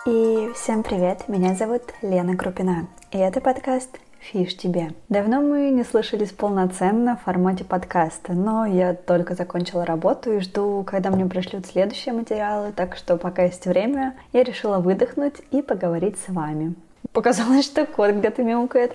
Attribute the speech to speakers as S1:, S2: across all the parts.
S1: И всем привет, меня зовут Лена Крупина, и это подкаст «Фиш тебе». Давно мы не слышались полноценно в формате подкаста, но я только закончила работу и жду, когда мне пришлют следующие материалы, так что пока есть время, я решила выдохнуть и поговорить с вами. Показалось, что кот где-то мяукает.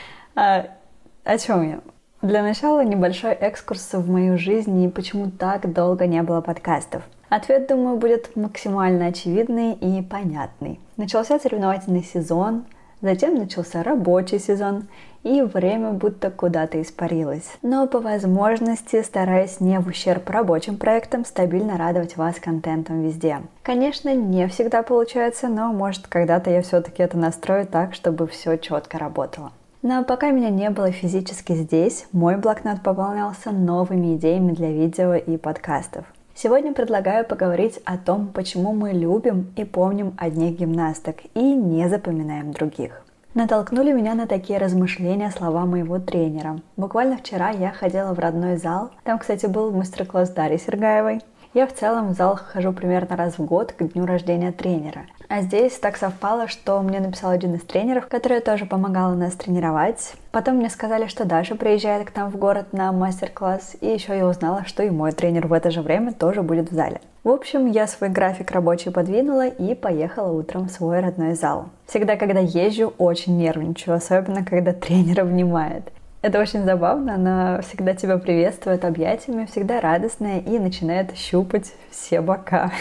S1: О чем я? Для начала небольшой экскурс в мою жизнь и почему так долго не было подкастов. Ответ, думаю, будет максимально очевидный и понятный. Начался соревновательный сезон, затем начался рабочий сезон, и время будто куда-то испарилось. Но по возможности стараюсь не в ущерб рабочим проектам стабильно радовать вас контентом везде. Конечно, не всегда получается, но может когда-то я все-таки это настрою так, чтобы все четко работало. Но пока меня не было физически здесь, мой блокнот пополнялся новыми идеями для видео и подкастов. Сегодня предлагаю поговорить о том, почему мы любим и помним одних гимнасток и не запоминаем других. Натолкнули меня на такие размышления слова моего тренера. Буквально вчера я ходила в родной зал, там, кстати, был мастер-класс Дарьи Сергаевой. Я в целом в зал хожу примерно раз в год к дню рождения тренера. А здесь так совпало, что мне написал один из тренеров, который тоже помогала нас тренировать. Потом мне сказали, что Даша приезжает к нам в город на мастер-класс, и еще я узнала, что и мой тренер в это же время тоже будет в зале. В общем, я свой график рабочий подвинула и поехала утром в свой родной зал. Всегда, когда езжу, очень нервничаю, особенно когда тренер обнимает. Это очень забавно, она всегда тебя приветствует объятиями, всегда радостная и начинает щупать все бока.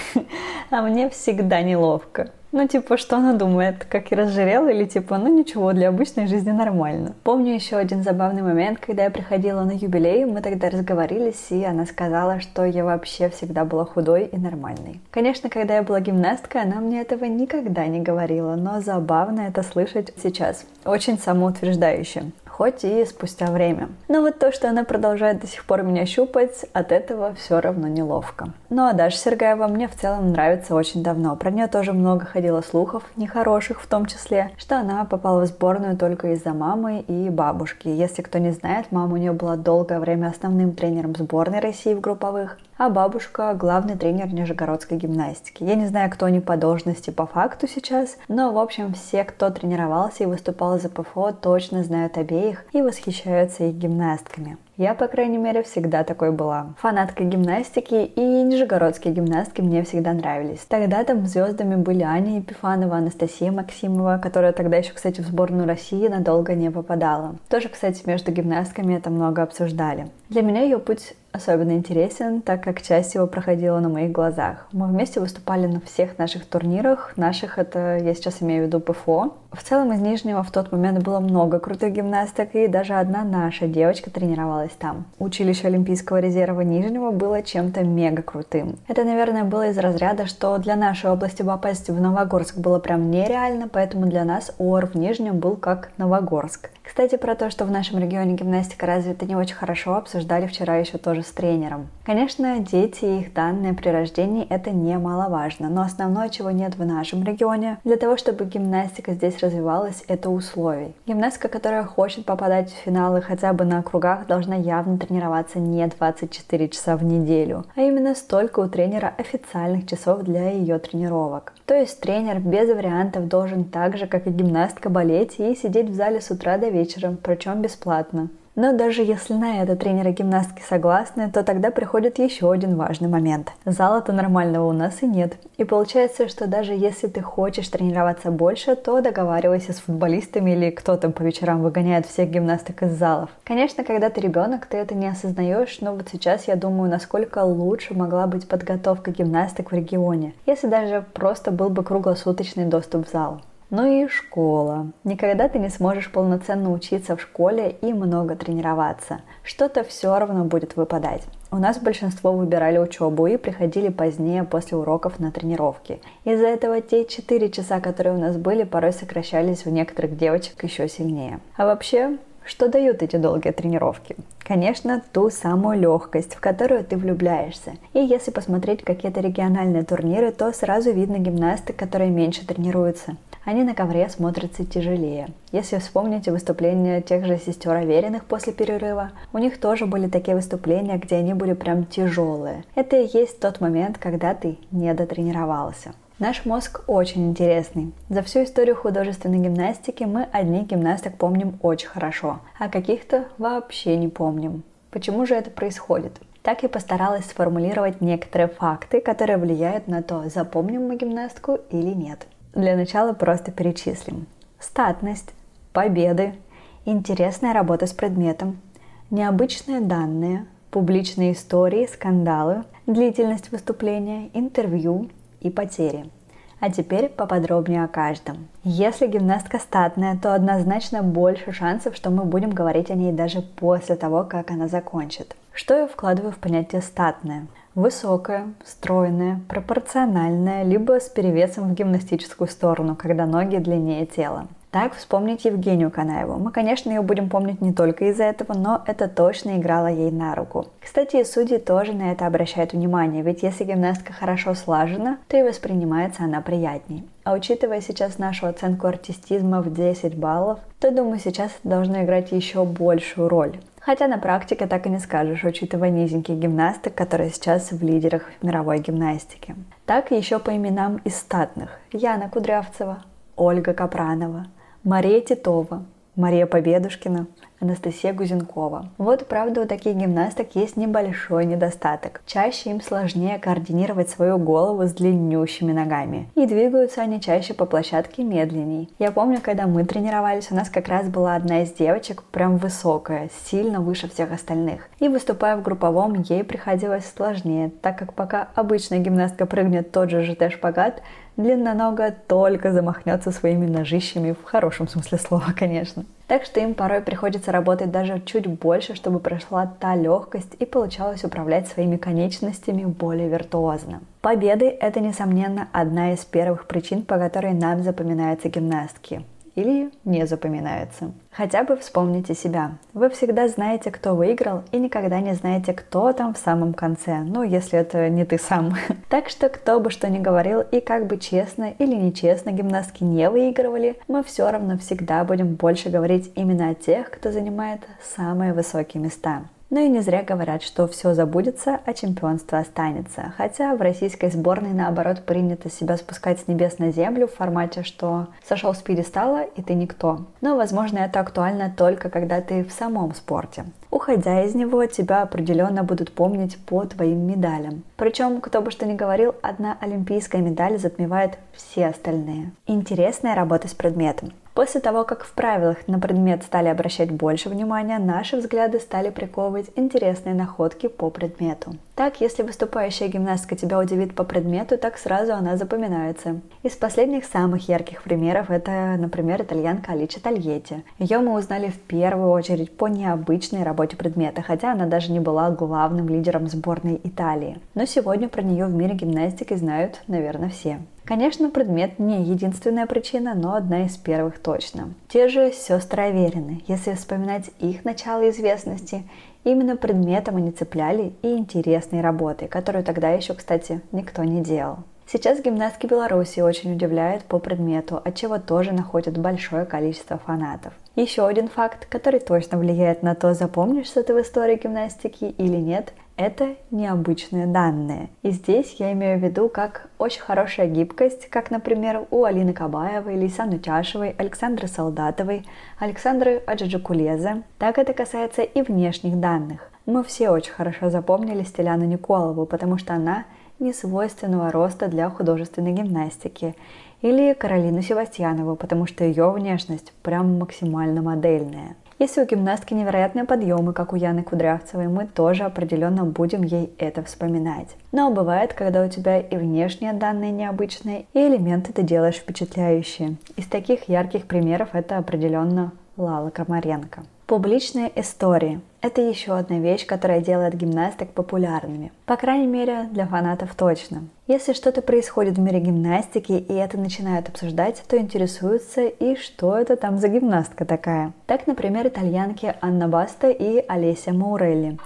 S1: А мне всегда неловко. Что она думает, как я разжирела, или ничего, для обычной жизни нормально. Помню еще один забавный момент, когда я приходила на юбилей, мы тогда разговорились, и она сказала, что я вообще всегда была худой и нормальной. Конечно, когда я была гимнасткой, она мне этого никогда не говорила, но забавно это слышать сейчас. Очень самоутверждающе. Хоть и спустя время. Но вот то, что она продолжает до сих пор меня щупать, от этого все равно неловко. Ну а Даша Сергаева мне в целом нравится очень давно. Про нее тоже много ходило слухов, нехороших в том числе, что она попала в сборную только из-за мамы и бабушки. Если кто не знает, мама у нее была долгое время основным тренером сборной России в групповых, а бабушка – главный тренер нижегородской гимнастики. Я не знаю, кто они по должности, по факту сейчас, но, в общем, все, кто тренировался и выступал за ПФО, точно знают обеих и восхищаются их гимнастками. Я, по крайней мере, всегда такой была. Фанатка гимнастики, и нижегородские гимнастки мне всегда нравились. Тогда там звездами были Аня Епифанова, Анастасия Максимова, которая тогда еще, кстати, в сборную России надолго не попадала. Тоже, кстати, между гимнастками это много обсуждали. Для меня ее путь особенно интересен, так как часть его проходила на моих глазах. Мы вместе выступали на всех наших турнирах. Наших, это я сейчас имею в виду ПФО. В целом из Нижнего в тот момент было много крутых гимнасток, и даже одна наша девочка тренировалась там. Училище Олимпийского резерва Нижнего было чем-то мега крутым. Это, наверное, было из разряда, что для нашей области попасть в Новогорск было прям нереально, поэтому для нас ОР в Нижнем был как Новогорск. Кстати, про то, что в нашем регионе гимнастика развита не очень хорошо, обсуждали вчера еще тоже с тренером. Конечно, дети и их данные при рождении – это немаловажно, но основное, чего нет в нашем регионе, для того, чтобы гимнастика здесь развивалась, это условий. Гимнастка, которая хочет попадать в финалы хотя бы на округах, должна явно тренироваться не 24 часа в неделю, а именно столько у тренера официальных часов для ее тренировок. То есть тренер без вариантов должен так же, как и гимнастка, болеть и сидеть в зале с утра до вечера, причем бесплатно. Но даже если на это тренеры гимнастки согласны, то тогда приходит еще один важный момент. Зала-то нормального у нас и нет. И получается, что даже если ты хочешь тренироваться больше, то договаривайся с футболистами или кто там по вечерам выгоняет всех гимнасток из залов. Конечно, когда ты ребенок, ты это не осознаешь, но вот сейчас я думаю, насколько лучше могла быть подготовка гимнасток в регионе, если даже просто был бы круглосуточный доступ в зал. Ну и школа. Никогда ты не сможешь полноценно учиться в школе и много тренироваться. Что-то все равно будет выпадать. У нас большинство выбирали учебу и приходили позднее после уроков на тренировки. Из-за этого те 4 часа, которые у нас были, порой сокращались у некоторых девочек еще сильнее. А вообще, что дают эти долгие тренировки? Конечно, ту самую легкость, в которую ты влюбляешься. И если посмотреть какие-то региональные турниры, то сразу видно гимнасток, которые меньше тренируются. они на ковре смотрятся тяжелее. Если вспомните выступления тех же сестер Авериных после перерыва, у них тоже были такие выступления, где они были прям тяжелые. Это и есть тот момент, когда ты не дотренировался. Наш мозг очень интересный. За всю историю художественной гимнастики мы одних гимнасток помним очень хорошо, а каких-то вообще не помним. Почему же это происходит? Так я постаралась сформулировать некоторые факты, которые влияют на то, запомним мы гимнастку или нет. Для начала просто перечислим. Статность, победы, интересная работа с предметом, необычные данные, публичные истории, скандалы, длительность выступления, интервью и потери. А теперь поподробнее о каждом. Если гимнастка статная, то однозначно больше шансов, что мы будем говорить о ней даже после того, как она закончит. Что я вкладываю в понятие статная? Высокая, стройная, пропорциональная, либо с перевесом в гимнастическую сторону, когда ноги длиннее тела. Так, вспомнить Евгению Канаеву. Мы, конечно, ее будем помнить не только из-за этого, но это точно играло ей на руку. Кстати, и судьи тоже на это обращают внимание, ведь если гимнастка хорошо слажена, то и воспринимается она приятней. А учитывая сейчас нашу оценку артистизма в 10 баллов, то, думаю, сейчас это должно играть еще большую роль. Хотя на практике так и не скажешь, учитывая низеньких гимнасток, которые сейчас в лидерах мировой гимнастики. Так еще по именам из статных. Яна Кудрявцева, Ольга Капранова, Мария Титова, Мария Победушкина, Анастасия Гузенкова. Вот, правда, у таких гимнасток есть небольшой недостаток. Чаще им сложнее координировать свою голову с длиннющими ногами. И двигаются они чаще по площадке медленней. Я помню, когда мы тренировались, у нас как раз была одна из девочек прям высокая, сильно выше всех остальных. И выступая в групповом, ей приходилось сложнее, так как пока обычная гимнастка прыгнет тот же ЖТ-шпагат, длинноногая только замахнется своими ножищами, в хорошем смысле слова, конечно. Так что им порой приходится работать даже чуть больше, чтобы прошла та легкость и получалось управлять своими конечностями более виртуозно. Победы – это, несомненно, одна из первых причин, по которой нам запоминаются гимнастки. Или не запоминаются. Хотя бы вспомните себя. Вы всегда знаете, кто выиграл, и никогда не знаете, кто там в самом конце. Ну, если это не ты сам. Так что, кто бы что ни говорил, и как бы честно или нечестно гимнастки не выигрывали, мы все равно всегда будем больше говорить именно о тех, кто занимает самые высокие места. Но и не зря говорят, что все забудется, а чемпионство останется. Хотя в российской сборной, наоборот, принято себя спускать с небес на землю в формате, что сошел с пьедестала и ты никто. Но, возможно, это актуально только когда ты в самом спорте. Уходя из него, тебя определенно будут помнить по твоим медалям. Причем, кто бы что ни говорил, одна олимпийская медаль затмевает все остальные. Интересная работа с предметом. После того, как в правилах на предмет стали обращать больше внимания, наши взгляды стали приковывать интересные находки по предмету. Так, если выступающая гимнастка тебя удивит по предмету, так сразу она запоминается. Из последних самых ярких примеров это, например, итальянка Алича Тольетти. Ее мы узнали в первую очередь по необычной работе предмета, хотя она даже не была главным лидером сборной Италии. Но сегодня про нее в мире гимнастики знают, наверное, все. Конечно, предмет не единственная причина, но одна из первых точно. Те же сестры Аверины. Если вспоминать их начало известности, именно предметом они цепляли и интересной работой, которую тогда еще, кстати, никто не делал. Сейчас гимнастки Беларуси очень удивляют по предмету, отчего тоже находят большое количество фанатов. Еще один факт, который точно влияет на то, запомнишься ты в истории гимнастики или нет, это необычные данные. И здесь я имею в виду как очень хорошая гибкость, как, например, у Алины Кабаевой, Лейсан Утяшевой, Александры Солдатовой, Александры Аджиджакулезе. Так это касается и внешних данных. Мы все очень хорошо запомнили Стеляну Николову, потому что она несвойственного роста для художественной гимнастики. Или Каролину Севастьянову, потому что ее внешность прям максимально модельная. Если у гимнастки невероятные подъемы, как у Яны Кудрявцевой, мы тоже определенно будем ей это вспоминать. Но бывает, когда у тебя и внешние данные необычные, и элементы ты делаешь впечатляющие. Из таких ярких примеров это определенно Лала Крамаренко. Публичные истории – это еще одна вещь, которая делает гимнасток популярными. По крайней мере, для фанатов точно. Если что-то происходит в мире гимнастики, и это начинают обсуждать, то интересуются, и что это там за гимнастка такая. Так, например, итальянки Анна Баста и Олеся Маурелли.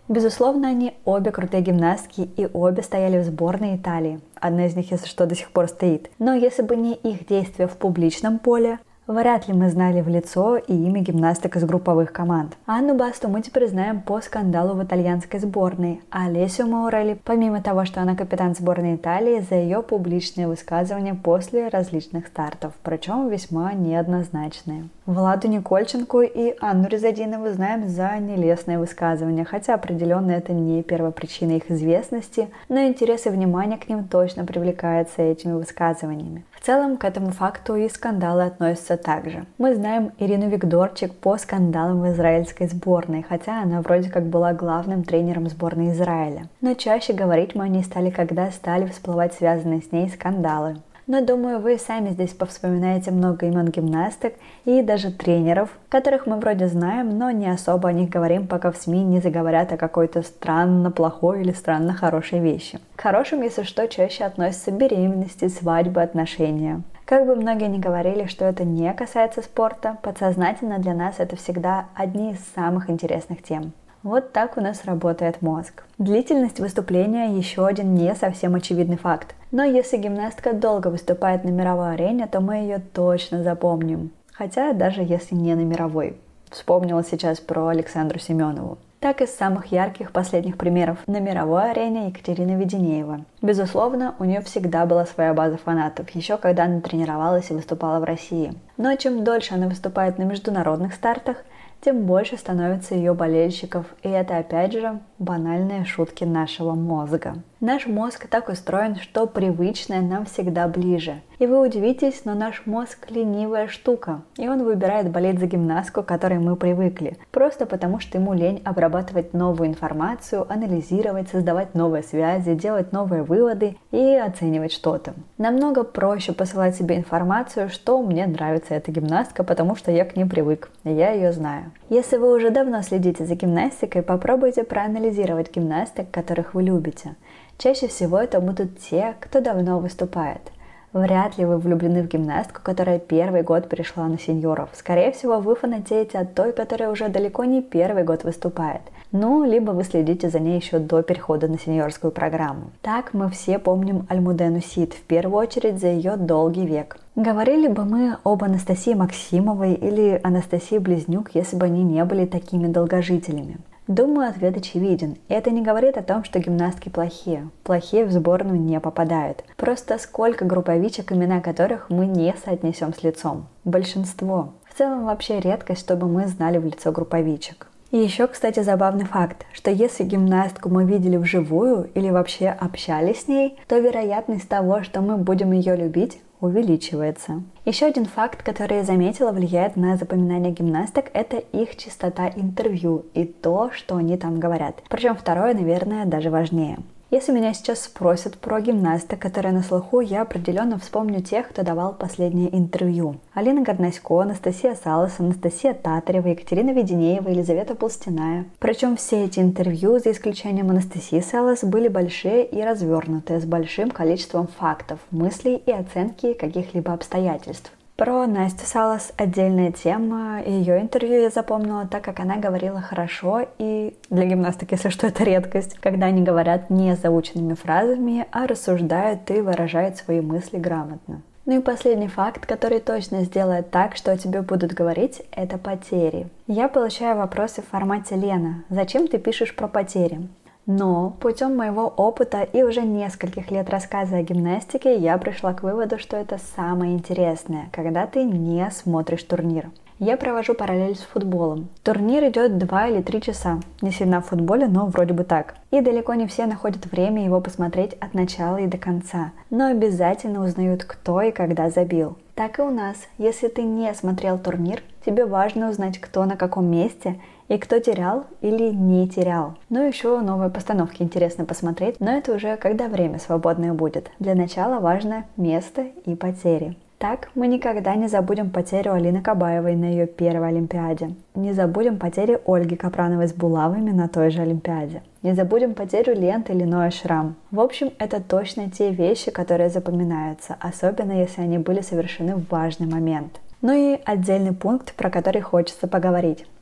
S1: Безусловно, они обе крутые гимнастки и обе стояли в сборной Италии. Одна из них, если что, до сих пор стоит. Но если бы не их действия в публичном поле, вряд ли мы знали в лицо и имя гимнасток из групповых команд. Анну Басту мы теперь знаем по скандалу в итальянской сборной, а Олесю Маурелли, помимо того, что она капитан сборной Италии, за ее публичные высказывания после различных стартов, причем весьма неоднозначные. Владу Никольченко и Анну Резадинову знаем за нелестные высказывания, хотя определенно это не первопричина их известности, но интерес и внимание к ним точно привлекается этими высказываниями. В целом к этому факту и скандалы относятся также. Мы знаем Ирину Вигдорчик по скандалам в израильской сборной, хотя она вроде как была главным тренером сборной Израиля. Но чаще говорить мы о ней стали, когда стали всплывать связанные с ней скандалы. Но думаю, вы сами здесь повспоминаете много имен гимнасток и даже тренеров, которых мы вроде знаем, но не особо о них говорим, пока в СМИ не заговорят о какой-то странно плохой или странно хорошей вещи. К хорошим, если что, чаще относятся беременности, свадьбы, отношения. Как бы многие ни говорили, что это не касается спорта, подсознательно для нас это всегда одни из самых интересных тем. Вот так у нас работает мозг. Длительность выступления – еще один не совсем очевидный факт. Но если гимнастка долго выступает на мировой арене, то мы ее точно запомним. Хотя даже если не на мировой. Вспомнила сейчас про Александру Семенову. Так из самых ярких последних примеров на мировой арене Екатерина Веденеева. Безусловно, у нее всегда была своя база фанатов, еще когда она тренировалась и выступала в России. Но чем дольше она выступает на международных стартах, тем больше становится ее болельщиков, и это опять же банальные шутки нашего мозга. Наш мозг так устроен, что привычное нам всегда ближе. И вы удивитесь, но наш мозг ленивая штука, и он выбирает болеть за гимнастку, к которой мы привыкли, просто потому что ему лень обрабатывать новую информацию, анализировать, создавать новые связи, делать новые выводы и оценивать что-то. Намного проще посылать себе информацию, что мне нравится эта гимнастка, потому что я к ней привык, и я ее знаю. Если вы уже давно следите за гимнастикой, попробуйте проанализировать гимнасток, которых вы любите. Чаще всего это будут те, кто давно выступает. Вряд ли вы влюблены в гимнастку, которая первый год перешла на сеньоров. Скорее всего, вы фанатеете от той, которая уже далеко не первый год выступает. Ну, либо вы следите за ней еще до перехода на сеньорскую программу. Так мы все помним Альмудену Сид, в первую очередь за ее долгий век. Говорили бы мы об Анастасии Максимовой или Анастасии Близнюк, если бы они не были такими долгожителями. Думаю, ответ очевиден. И это не говорит о том, что гимнастки плохие. Плохие в сборную не попадают. Просто сколько групповичек, имена которых мы не соотнесем с лицом. Большинство. В целом вообще редкость, чтобы мы знали в лицо групповичек. И еще, кстати, забавный факт, что если гимнастку мы видели вживую или вообще общались с ней, то вероятность того, что мы будем ее любить, увеличивается. Еще один факт, который я заметила, влияет на запоминание гимнасток, это их частота интервью и то, что они там говорят. Причем второе, наверное, даже важнее. Если меня сейчас спросят про гимнасток, которые на слуху, я определенно вспомню тех, кто давал последнее интервью. Алина Горнасько, Анастасия Салас, Анастасия Татарева, Екатерина Веденеева, Елизавета Полстяная. Причем все эти интервью, за исключением Анастасии Салас, были большие и развернутые, с большим количеством фактов, мыслей и оценки каких-либо обстоятельств. Про Настю Салас отдельная тема, ее интервью я запомнила, так как она говорила хорошо, и для гимнасток, если что, это редкость, когда они говорят не заученными фразами, а рассуждают и выражают свои мысли грамотно. Ну и последний факт, который точно сделает так, что о тебе будут говорить, это потери. Я получаю вопросы в формате: «Лена, зачем ты пишешь про потери?» Но путем моего опыта и уже нескольких лет рассказа о гимнастике я пришла к выводу, что это самое интересное, когда ты не смотришь турнир. Я провожу параллель с футболом. Турнир идет 2 или 3 часа. Не сильно в футболе, но вроде бы так. И далеко не все находят время его посмотреть от начала и до конца. Но обязательно узнают, кто и когда забил. Так и у нас. Если ты не смотрел турнир, тебе важно узнать, кто на каком месте и кто терял или не терял. Ну еще новые постановки интересно посмотреть, но это уже когда время свободное будет. Для начала важно место и потери. Так мы никогда не забудем потерю Алины Кабаевой на ее первой Олимпиаде. Не забудем потери Ольги Капрановой с булавами на той же Олимпиаде. Не забудем потерю ленты Леноя Шрам. В общем, это точно те вещи, которые запоминаются, особенно если они были совершены в важный момент. Ну и отдельный пункт, про который хочется поговорить.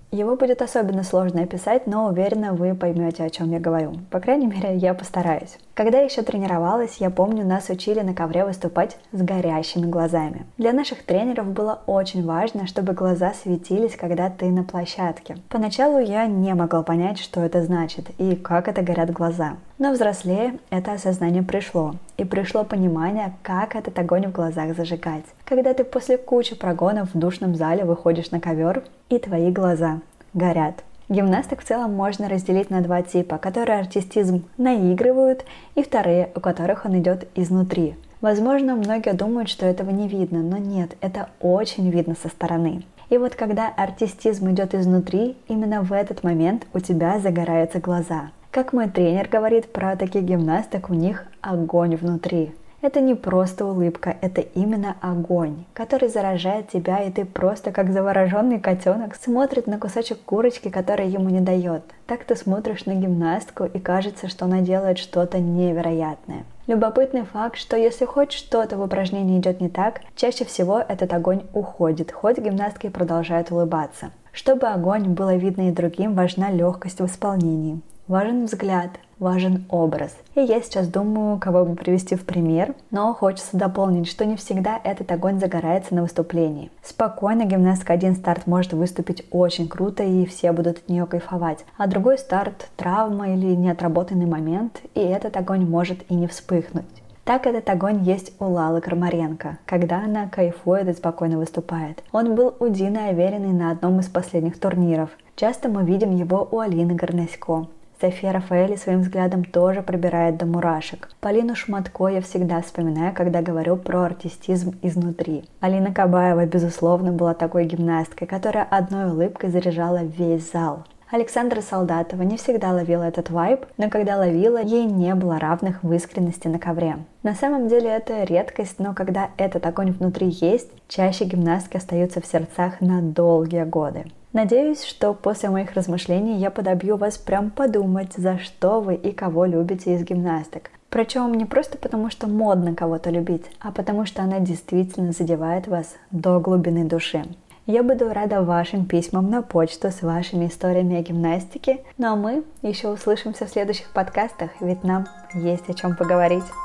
S1: Его будет особенно сложно описать, но уверена, вы поймете, о чем я говорю. По крайней мере, я постараюсь. Когда я еще тренировалась, я помню, нас учили на ковре выступать с горящими глазами. Для наших тренеров было очень важно, чтобы глаза светились, когда ты на площадке. Поначалу я не могла понять, что это значит и как это горят глаза. Но взрослее это осознание пришло. И пришло понимание, как этот огонь в глазах зажигать. Когда ты после кучи прогонов в душном зале выходишь на ковер, и твои глаза горят. Гимнасток в целом можно разделить на два типа, которые артистизм наигрывают, и вторые, у которых он идет изнутри. Возможно, многие думают, что этого не видно, но нет, это очень видно со стороны. И вот когда артистизм идет изнутри, именно в этот момент у тебя загораются глаза. Как мой тренер говорит про таких гимнасток, у них огонь внутри. Это не просто улыбка, это именно огонь, который заражает тебя, и ты просто как завороженный котенок смотрит на кусочек курочки, который ему не дает. Так ты смотришь на гимнастку, и кажется, что она делает что-то невероятное. Любопытный факт, что если хоть что-то в упражнении идет не так, чаще всего этот огонь уходит, хоть гимнастки продолжают улыбаться. Чтобы огонь было видно и другим, важна легкость в исполнении. Важен взгляд, важен образ. И я сейчас думаю, кого бы привести в пример, но хочется дополнить, что не всегда этот огонь загорается на выступлении. Спокойно гимнастка один старт может выступить очень круто, и все будут от нее кайфовать. А другой старт – травма или неотработанный момент, и этот огонь может и не вспыхнуть. Так этот огонь есть у Лалы Крамаренко, когда она кайфует и спокойно выступает. Он был у Дины Авериной на одном из последних турниров. Часто мы видим его у Алины Горнасько. София Рафаэли своим взглядом тоже пробирает до мурашек. Полину Шматко я всегда вспоминаю, когда говорю про артистизм изнутри. Алина Кабаева, безусловно, была такой гимнасткой, которая одной улыбкой заряжала весь зал. Александра Солдатова не всегда ловила этот вайб, но когда ловила, ей не было равных в искренности на ковре. На самом деле это редкость, но когда этот огонь внутри есть, чаще гимнастки остаются в сердцах на долгие годы. Надеюсь, что после моих размышлений я подобью вас прям подумать, за что вы и кого любите из гимнасток. Причем не просто потому, что модно кого-то любить, а потому что она действительно задевает вас до глубины души. Я буду рада вашим письмам на почту с вашими историями о гимнастике. Ну а мы еще услышимся в следующих подкастах, ведь нам есть о чем поговорить.